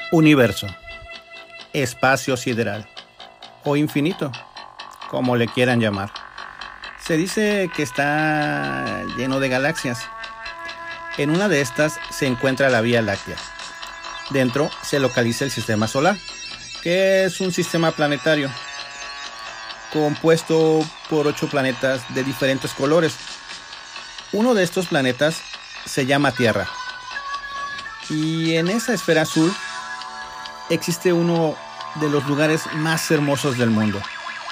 Universo, espacio sideral o infinito, como le quieran llamar. Se dice que está lleno de galaxias. En una de estas se encuentra la Vía Láctea. Dentro se localiza el Sistema Solar, que es un sistema planetario compuesto por 8 planetas de diferentes colores. Uno de estos planetas se llama Tierra. Y en esa esfera azul existe uno de los lugares más hermosos del mundo.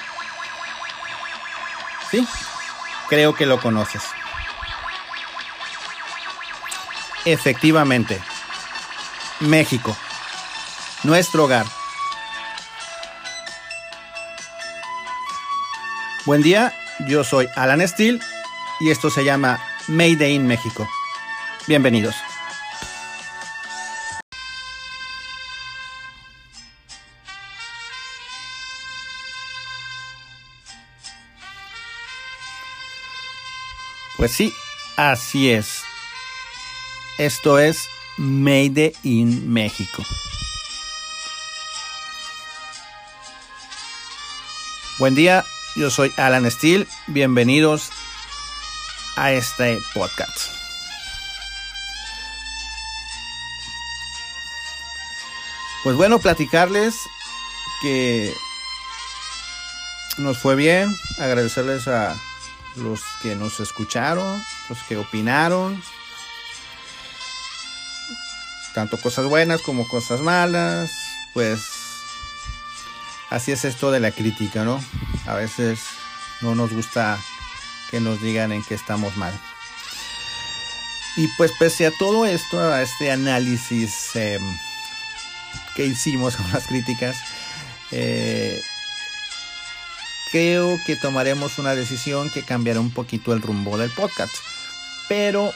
Sí, creo que lo conoces. Efectivamente, México, nuestro hogar. Buen día, yo soy Alan Steele y esto se llama Made in México. Bienvenidos. Pues sí, así es. Esto es Made in México. Buen día, yo soy Alan Steele. Bienvenidos a este podcast. Pues bueno, platicarles que nos fue bien, agradecerles a los que nos escucharon, los que opinaron, tanto cosas buenas como cosas malas. Pues así es esto de la crítica, ¿no? A veces no nos gusta que nos digan en qué estamos mal. Y pues pese a todo esto, a este análisis que hicimos con las críticas, creo que tomaremos una decisión que cambiará un poquito el rumbo del podcast, pero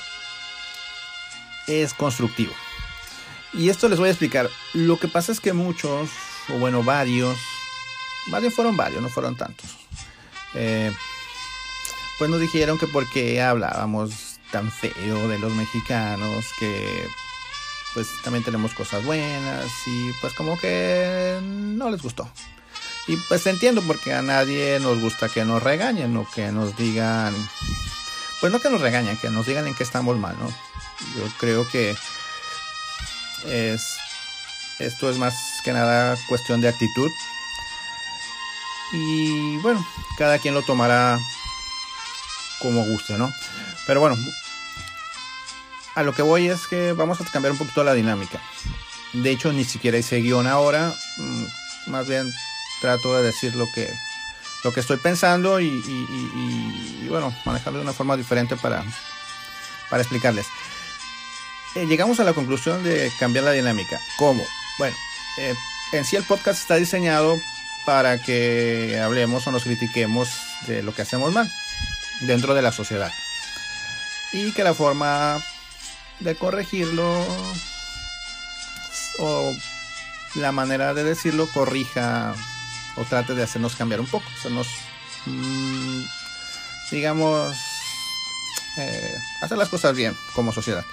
es constructivo. Y esto les voy a explicar. Lo que pasa es que muchos, o bueno, varios, más bien fueron varios, no fueron tantos, pues nos dijeron que por qué hablábamos tan feo de los mexicanos, que pues también tenemos cosas buenas, y pues como que no les gustó. Y pues entiendo, porque a nadie nos gusta que nos regañen o que nos digan, pues no que nos regañen, que nos digan en qué estamos mal, ¿no? Yo creo que esto es más que nada cuestión de actitud. Y bueno, cada quien lo tomará como guste, ¿no? Pero bueno, a lo que voy es que vamos a cambiar un poquito la dinámica. De hecho, ni siquiera hice guión ahora. Más bien trato de decir lo que estoy pensando y bueno, manejarlo de una forma diferente para explicarles. Llegamos a la conclusión de cambiar la dinámica. ¿Cómo? Bueno, en sí el podcast está diseñado para que hablemos o nos critiquemos de lo que hacemos mal dentro de la sociedad, y que la forma de corregirlo o la manera de decirlo corrija o trate de hacernos cambiar un poco, hacernos digamos hacer las cosas bien como sociedad.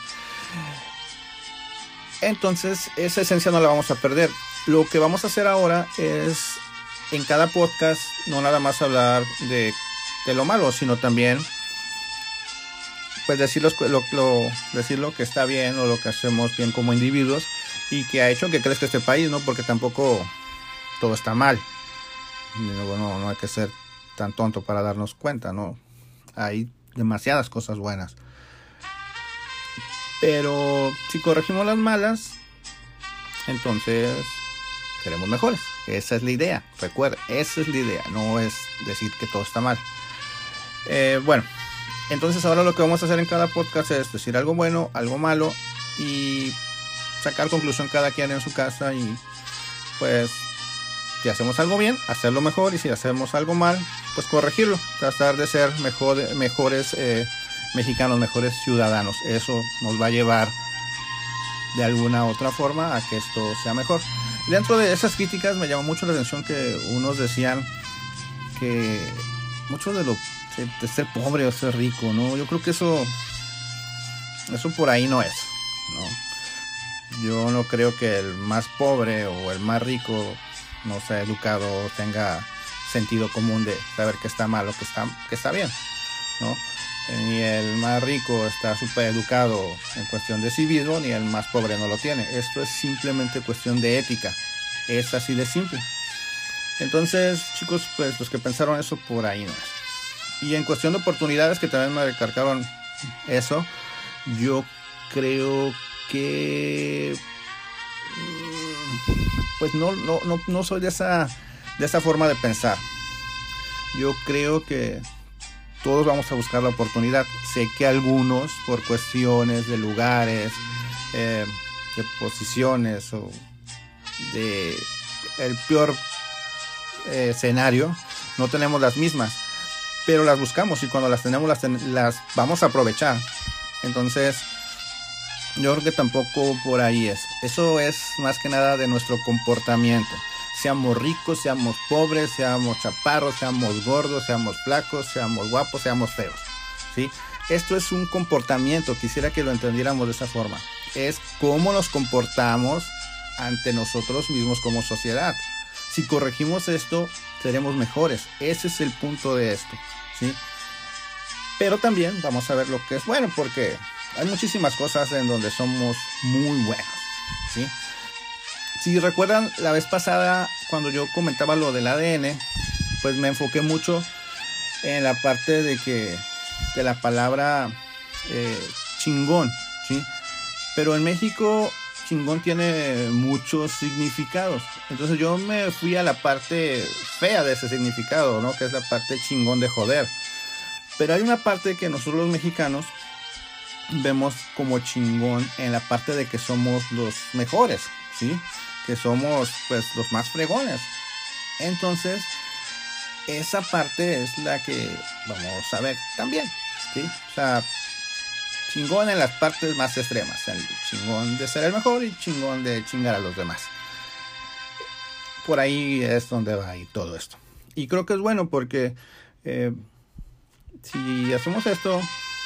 Entonces esa esencia no la vamos a perder. Lo que vamos a hacer ahora es, en cada podcast, no nada más hablar de lo malo, sino también pues decir lo que está bien o lo que hacemos bien como individuos y que ha hecho que crezca este país, ¿no? Porque tampoco todo está mal. No hay que ser tan tonto para darnos cuenta, ¿no? Hay demasiadas cosas buenas. Pero si corregimos las malas, entonces seremos mejores. Esa es la idea. Recuerda, esa es la idea. No es decir que todo está mal. Bueno, entonces ahora lo que vamos a hacer en cada podcast es decir algo bueno, algo malo, y sacar conclusión cada quien en su casa. Y pues si hacemos algo bien, hacerlo mejor, y si hacemos algo mal, pues corregirlo. Tratar de ser mejores mexicanos, mejores ciudadanos. Eso nos va a llevar de alguna otra forma a que esto sea mejor. Dentro de esas críticas me llamó mucho la atención que unos decían que mucho de ser pobre o ser rico, ¿no? Yo creo que eso por ahí no es, ¿no? Yo no creo que el más pobre o el más rico no sea educado o tenga sentido común de saber que está mal o que está bien, ¿no? Ni el más rico está súper educado en cuestión de civismo, ni el más pobre no lo tiene. Esto es simplemente cuestión de ética. Es así de simple. Entonces, chicos, pues los que pensaron eso, por ahí no es. Y en cuestión de oportunidades, que también me recargaron eso, yo creo que pues no soy de esa forma de pensar. Yo creo que todos vamos a buscar la oportunidad. Sé que algunos, por cuestiones de lugares, de posiciones o de el peor escenario, no tenemos las mismas, pero las buscamos, y cuando las tenemos las vamos a aprovechar. Entonces yo creo que tampoco por ahí es. Eso es más que nada de nuestro comportamiento. Seamos ricos, seamos pobres, seamos chaparros, seamos gordos, seamos flacos, seamos guapos, seamos feos, ¿sí? Esto es un comportamiento. Quisiera que lo entendiéramos de esa forma. Es cómo nos comportamos ante nosotros mismos como sociedad. Si corregimos esto, seremos mejores. Ese es el punto de esto, ¿sí? Pero también vamos a ver lo que es bueno, porque hay muchísimas cosas en donde somos muy buenos, ¿sí? Si recuerdan la vez pasada, cuando yo comentaba lo del ADN, pues me enfoqué mucho en la parte de la palabra chingón, ¿sí? Pero en México chingón tiene muchos significados. Entonces yo me fui a la parte fea de ese significado, ¿no? Que es la parte chingón de joder. Pero hay una parte que nosotros los mexicanos vemos como chingón en la parte de que somos los mejores, ¿sí? Que somos pues los más fregones. Entonces esa parte es la que vamos a ver también, ¿sí? O sea, chingón en las partes más extremas, el chingón de ser el mejor y chingón de chingar a los demás. Por ahí es donde va a ir todo esto. Y creo que es bueno porque si hacemos esto,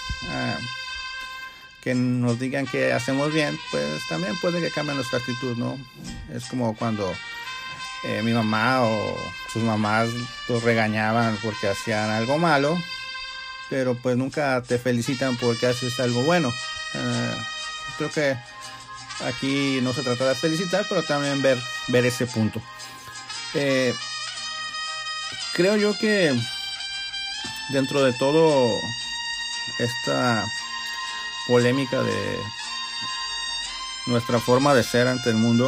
que nos digan que hacemos bien, pues también puede que cambie nuestra actitud, ¿no? Es como cuando mi mamá o sus mamás los regañaban porque hacían algo malo, pero pues nunca te felicitan porque haces algo bueno. Creo que aquí no se trata de felicitar, pero también ver ese punto. Creo yo que dentro de todo esta polémica de nuestra forma de ser ante el mundo,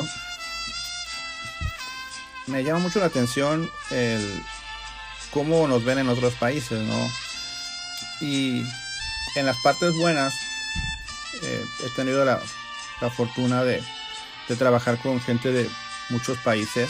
me llama mucho la atención el cómo nos ven en otros países, ¿no? Y en las partes buenas he tenido la fortuna de trabajar con gente de muchos países,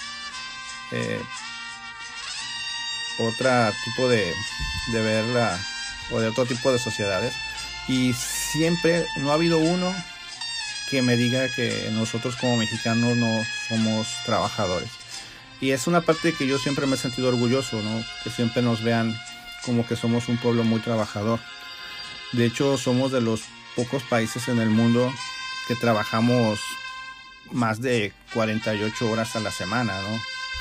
otro tipo de verla, o de otro tipo de sociedades, y siempre no ha habido uno que me diga que nosotros como mexicanos no somos trabajadores. Y es una parte que yo siempre me he sentido orgulloso, ¿no? Que siempre nos vean como que somos un pueblo muy trabajador. De hecho, somos de los pocos países en el mundo que trabajamos más de 48 horas a la semana, ¿no?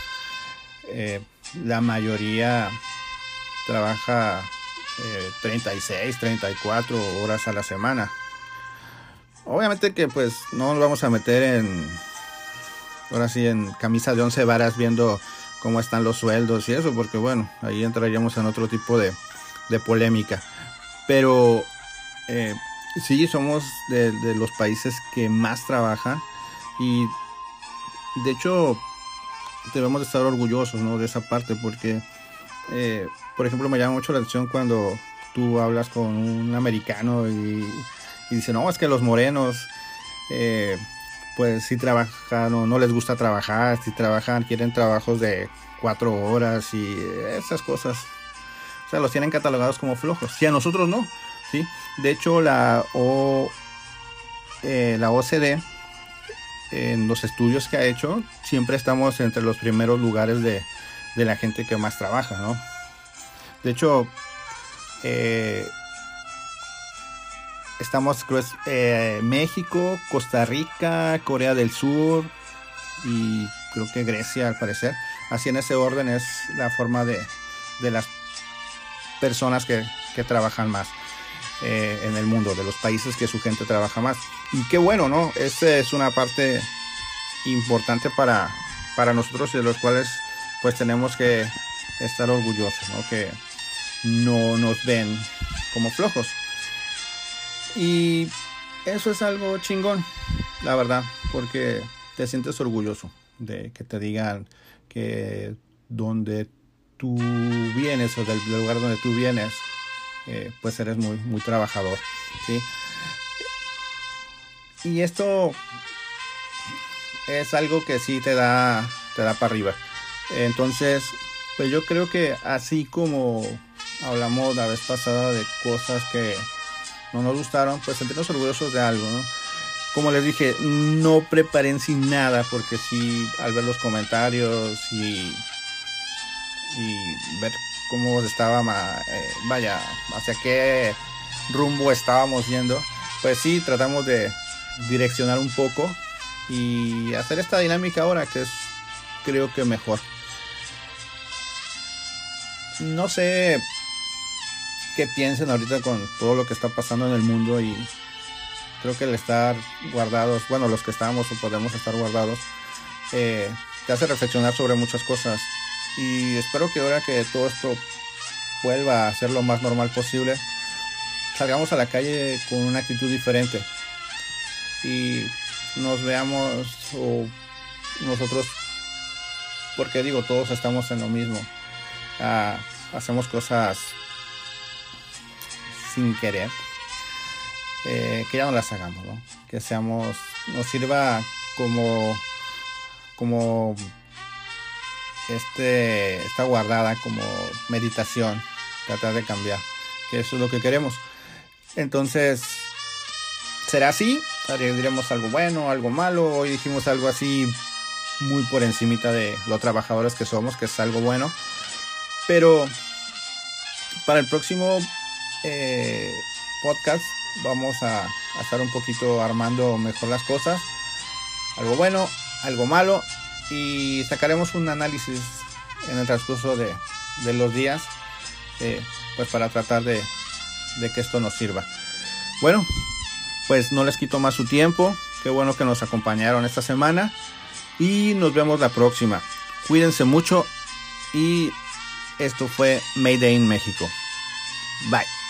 La mayoría trabaja 36, 34 horas a la semana. Obviamente que pues no nos vamos a meter ahora sí en camisa de 11 varas viendo cómo están los sueldos y eso, porque bueno, ahí entraríamos en otro tipo de polémica. Pero sí, somos de los países que más trabajan, y de hecho debemos de estar orgullosos, ¿no? De esa parte, porque por ejemplo, me llama mucho la atención cuando tú hablas con un americano y dice, no, es que los morenos pues si trabajan o no les gusta trabajar, si trabajan quieren trabajos de 4 horas y esas cosas. O sea, los tienen catalogados como flojos. Si a nosotros no, ¿sí? De hecho, la OCDE, en los estudios que ha hecho, siempre estamos entre los primeros lugares de la gente que más trabaja, ¿no? De hecho, estamos México, Costa Rica, Corea del Sur y creo que Grecia al parecer. Así en ese orden es la forma de las personas que trabajan más en el mundo, de los países que su gente trabaja más. Y qué bueno, ¿no? Esta es una parte importante para nosotros y de los cuales pues tenemos que estar orgullosos, ¿no? Que no nos ven como flojos. Y eso es algo chingón, la verdad, porque te sientes orgulloso de que te digan que donde tú vienes o del lugar donde tú vienes, pues eres muy, muy trabajador, ¿sí? Y esto es algo que sí te da para arriba. Entonces, pues yo creo que así como hablamos la vez pasada de cosas que no nos gustaron, pues sentirnos orgullosos de algo, ¿no? Como les dije, no preparen sin nada, porque sí, al ver los comentarios y ver cómo estaba, vaya, hacia qué rumbo estábamos yendo, pues sí, tratamos de direccionar un poco y hacer esta dinámica ahora, que es, creo que mejor. No sé qué piensen ahorita con todo lo que está pasando en el mundo, y creo que el estar guardados, bueno, los que estamos o podemos estar guardados, te hace reflexionar sobre muchas cosas, y espero que ahora que todo esto vuelva a ser lo más normal posible, salgamos a la calle con una actitud diferente y nos veamos, o nosotros, porque digo, todos estamos en lo mismo, hacemos cosas sin querer, que ya no las hagamos, ¿no? Que nos sirva como está guardada como meditación, tratar de cambiar, que eso es lo que queremos. Entonces, será así, diremos algo bueno, algo malo. Hoy dijimos algo así muy por encimita de lo trabajadores que somos, que es algo bueno, pero para el próximo podcast vamos a estar un poquito armando mejor las cosas, algo bueno, algo malo, y sacaremos un análisis en el transcurso de los días, pues para tratar de que esto nos sirva. Bueno, pues no les quito más su tiempo. Qué bueno que nos acompañaron esta semana y nos vemos la próxima. Cuídense mucho, y esto fue Made in México. Bye.